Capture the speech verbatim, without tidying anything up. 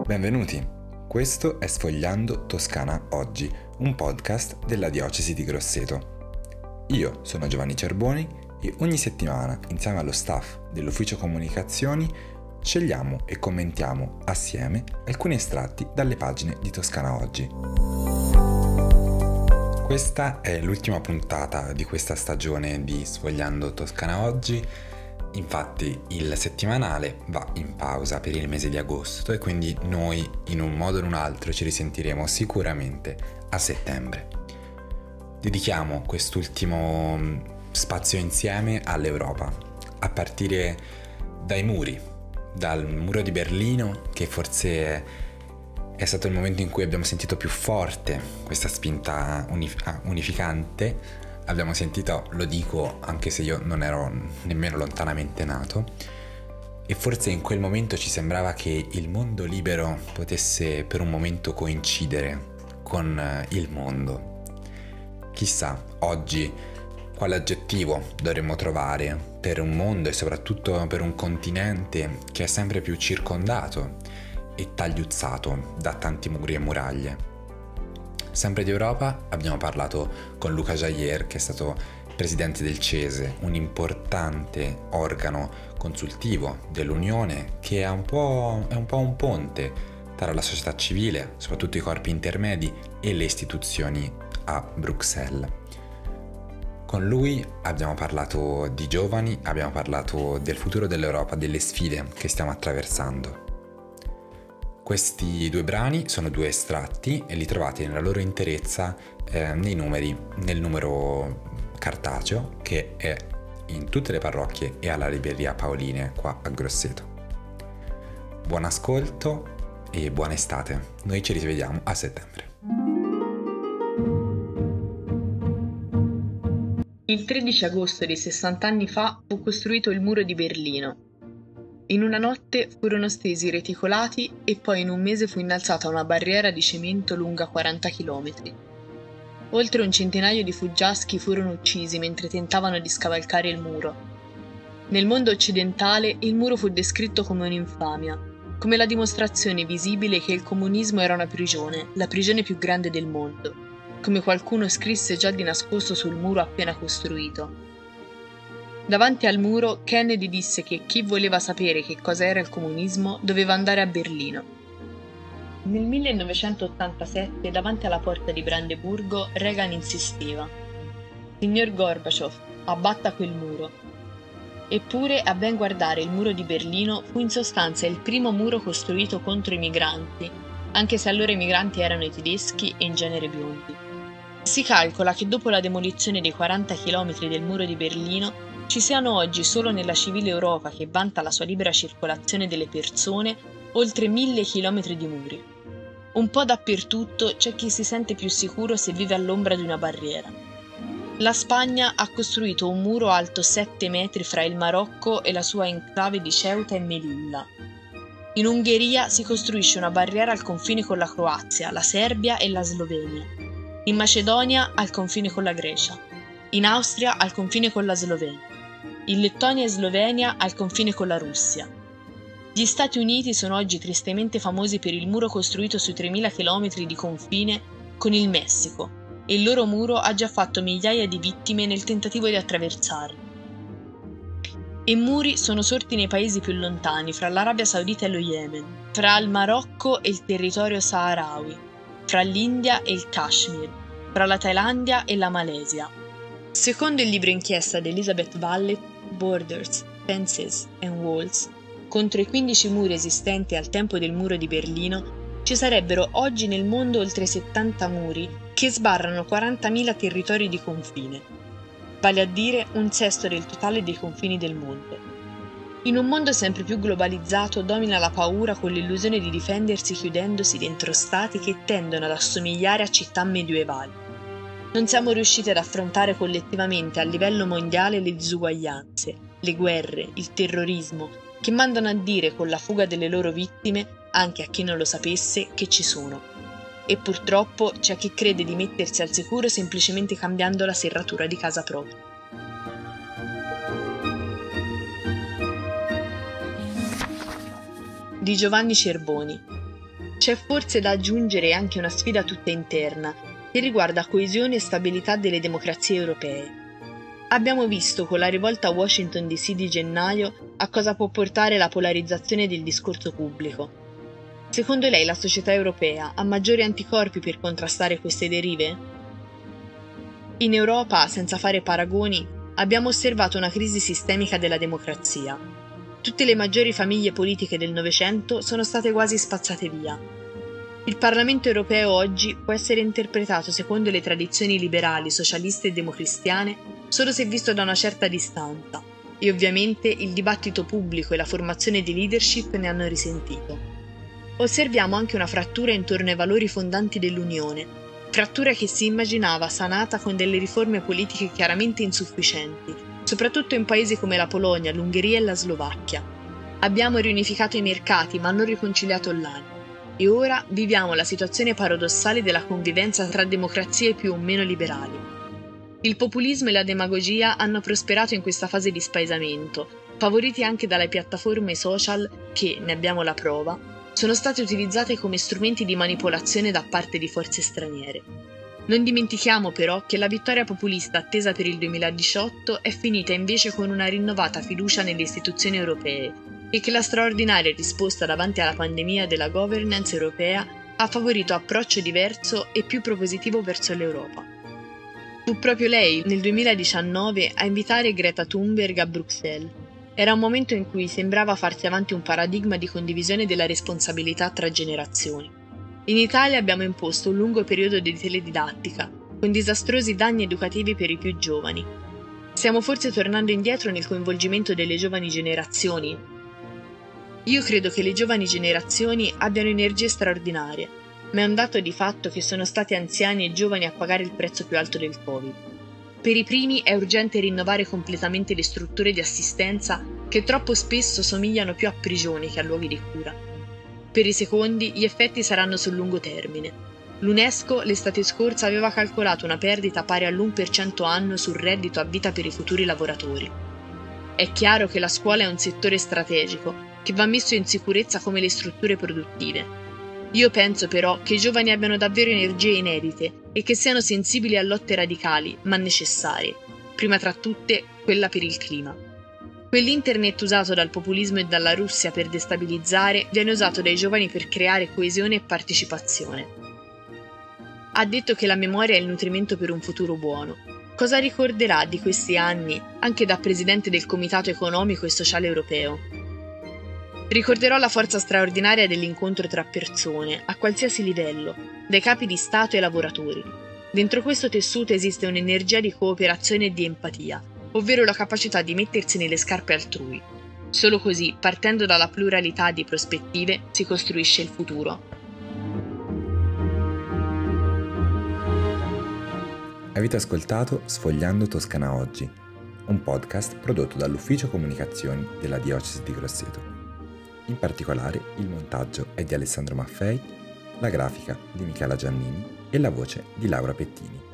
Benvenuti, questo è Sfogliando Toscana Oggi, un podcast della diocesi di Grosseto. Io sono Giovanni Cerboni e ogni settimana, insieme allo staff dell'ufficio comunicazioni, scegliamo e commentiamo assieme alcuni estratti dalle pagine di Toscana Oggi. Questa è l'ultima puntata di questa stagione di Sfogliando Toscana Oggi. Infatti il settimanale va in pausa per il mese di agosto e quindi noi in un modo o in un altro ci risentiremo sicuramente a settembre. Dedichiamo quest'ultimo spazio insieme all'Europa, a partire dai muri, dal muro di Berlino, che forse è stato il momento in cui abbiamo sentito più forte questa spinta unif- unificante. Abbiamo sentito, lo dico anche se io non ero nemmeno lontanamente nato, e forse in quel momento ci sembrava che il mondo libero potesse per un momento coincidere con il mondo. Chissà, oggi quale aggettivo dovremmo trovare per un mondo e soprattutto per un continente che è sempre più circondato e tagliuzzato da tanti muri e muraglie. Sempre di Europa abbiamo parlato con Luca Jayer, che è stato presidente del CESE, un importante organo consultivo dell'Unione che è un po', è un po' un ponte tra la società civile, soprattutto i corpi intermedi, e le istituzioni a Bruxelles. Con lui abbiamo parlato di giovani, abbiamo parlato del futuro dell'Europa, delle sfide che stiamo attraversando. Questi due brani sono due estratti e li trovate nella loro interezza eh, nei numeri, nel numero cartaceo che è in tutte le parrocchie e alla libreria Paoline qua a Grosseto. Buon ascolto e buona estate. Noi ci rivediamo a settembre. Il tredici agosto di sessanta anni fa fu costruito il muro di Berlino. In una notte furono stesi i reticolati e poi in un mese fu innalzata una barriera di cemento lunga quaranta chilometri. Oltre un centinaio di fuggiaschi furono uccisi mentre tentavano di scavalcare il muro. Nel mondo occidentale il muro fu descritto come un'infamia, come la dimostrazione visibile che il comunismo era una prigione, la prigione più grande del mondo, come qualcuno scrisse già di nascosto sul muro appena costruito. Davanti al muro, Kennedy disse che chi voleva sapere che cosa era il comunismo doveva andare a Berlino. Nel millenovecentottantasette, davanti alla porta di Brandeburgo, Reagan insisteva: «Signor Gorbaciov, abbatta quel muro». Eppure, a ben guardare, il muro di Berlino fu in sostanza il primo muro costruito contro i migranti, anche se allora i migranti erano i tedeschi e in genere biondi. Si calcola che dopo la demolizione dei quaranta chilometri del muro di Berlino ci siano oggi solo nella civile Europa, che vanta la sua libera circolazione delle persone, oltre mille chilometri di muri. Un po' dappertutto c'è chi si sente più sicuro se vive all'ombra di una barriera. La Spagna ha costruito un muro alto sette metri fra il Marocco e la sua enclave di Ceuta e Melilla. In Ungheria si costruisce una barriera al confine con la Croazia, la Serbia e la Slovenia. In Macedonia al confine con la Grecia. In Austria al confine con la Slovenia. In Lettonia e Slovenia al confine con la Russia. Gli Stati Uniti sono oggi tristemente famosi per il muro costruito sui tremila chilometri di confine con il Messico, e il loro muro ha già fatto migliaia di vittime nel tentativo di attraversarlo. E muri sono sorti nei paesi più lontani, fra l'Arabia Saudita e lo Yemen, fra il Marocco e il territorio saharawi, fra l'India e il Kashmir, fra la Thailandia e la Malesia. Secondo il libro inchiesta di Elizabeth Vallet, Borders, Fences and Walls, contro i quindici muri esistenti al tempo del muro di Berlino, ci sarebbero oggi nel mondo oltre settanta muri che sbarrano quarantamila territori di confine, vale a dire un sesto del totale dei confini del mondo. In un mondo sempre più globalizzato domina la paura con l'illusione di difendersi chiudendosi dentro stati che tendono ad assomigliare a città medievali. Non siamo riusciti ad affrontare collettivamente a livello mondiale le disuguaglianze, le guerre, il terrorismo, che mandano a dire con la fuga delle loro vittime, anche a chi non lo sapesse, che ci sono. E purtroppo c'è chi crede di mettersi al sicuro semplicemente cambiando la serratura di casa propria. Di Giovanni Cerboni. C'è forse da aggiungere anche una sfida tutta interna, che riguarda coesione e stabilità delle democrazie europee. Abbiamo visto con la rivolta a Washington D C di gennaio a cosa può portare la polarizzazione del discorso pubblico. Secondo lei la società europea ha maggiori anticorpi per contrastare queste derive? In Europa, senza fare paragoni, abbiamo osservato una crisi sistemica della democrazia. Tutte le maggiori famiglie politiche del Novecento sono state quasi spazzate via. Il Parlamento europeo oggi può essere interpretato secondo le tradizioni liberali, socialiste e democristiane solo se visto da una certa distanza, e ovviamente il dibattito pubblico e la formazione di leadership ne hanno risentito. Osserviamo anche una frattura intorno ai valori fondanti dell'Unione, frattura che si immaginava sanata con delle riforme politiche chiaramente insufficienti, soprattutto in paesi come la Polonia, l'Ungheria e la Slovacchia. Abbiamo riunificato i mercati ma non riconciliato l'anima. E ora viviamo la situazione paradossale della convivenza tra democrazie più o meno liberali. Il populismo e la demagogia hanno prosperato in questa fase di spaesamento, favoriti anche dalle piattaforme social che, ne abbiamo la prova, sono state utilizzate come strumenti di manipolazione da parte di forze straniere. Non dimentichiamo però che la vittoria populista attesa per il duemiladiciotto è finita invece con una rinnovata fiducia nelle istituzioni europee e che la straordinaria risposta davanti alla pandemia della governance europea ha favorito approccio diverso e più propositivo verso l'Europa. Fu proprio lei, nel duemiladiciannove, a invitare Greta Thunberg a Bruxelles. Era un momento in cui sembrava farsi avanti un paradigma di condivisione della responsabilità tra generazioni. In Italia abbiamo imposto un lungo periodo di teledidattica, con disastrosi danni educativi per i più giovani. Stiamo forse tornando indietro nel coinvolgimento delle giovani generazioni? Io credo che le giovani generazioni abbiano energie straordinarie, ma è un dato di fatto che sono stati anziani e giovani a pagare il prezzo più alto del Covid. Per i primi è urgente rinnovare completamente le strutture di assistenza che troppo spesso somigliano più a prigioni che a luoghi di cura. Per i secondi gli effetti saranno sul lungo termine. L'UNESCO l'estate scorsa aveva calcolato una perdita pari all'uno per cento annuo sul reddito a vita per i futuri lavoratori. È chiaro che la scuola è un settore strategico che va messo in sicurezza come le strutture produttive. Io penso però che i giovani abbiano davvero energie inedite e che siano sensibili a lotte radicali, ma necessarie, prima tra tutte quella per il clima. Quell'internet usato dal populismo e dalla Russia per destabilizzare viene usato dai giovani per creare coesione e partecipazione. Ha detto che la memoria è il nutrimento per un futuro buono. Cosa ricorderà di questi anni anche da presidente del Comitato Economico e Sociale Europeo? Ricorderò la forza straordinaria dell'incontro tra persone, a qualsiasi livello, dai capi di Stato ai lavoratori. Dentro questo tessuto esiste un'energia di cooperazione e di empatia, ovvero la capacità di mettersi nelle scarpe altrui. Solo così, partendo dalla pluralità di prospettive, si costruisce il futuro. Avete ascoltato Sfogliando Toscana Oggi, un podcast prodotto dall'Ufficio Comunicazioni della Diocesi di Grosseto. In particolare il montaggio è di Alessandro Maffei, la grafica di Michela Giannini e la voce di Laura Pettini.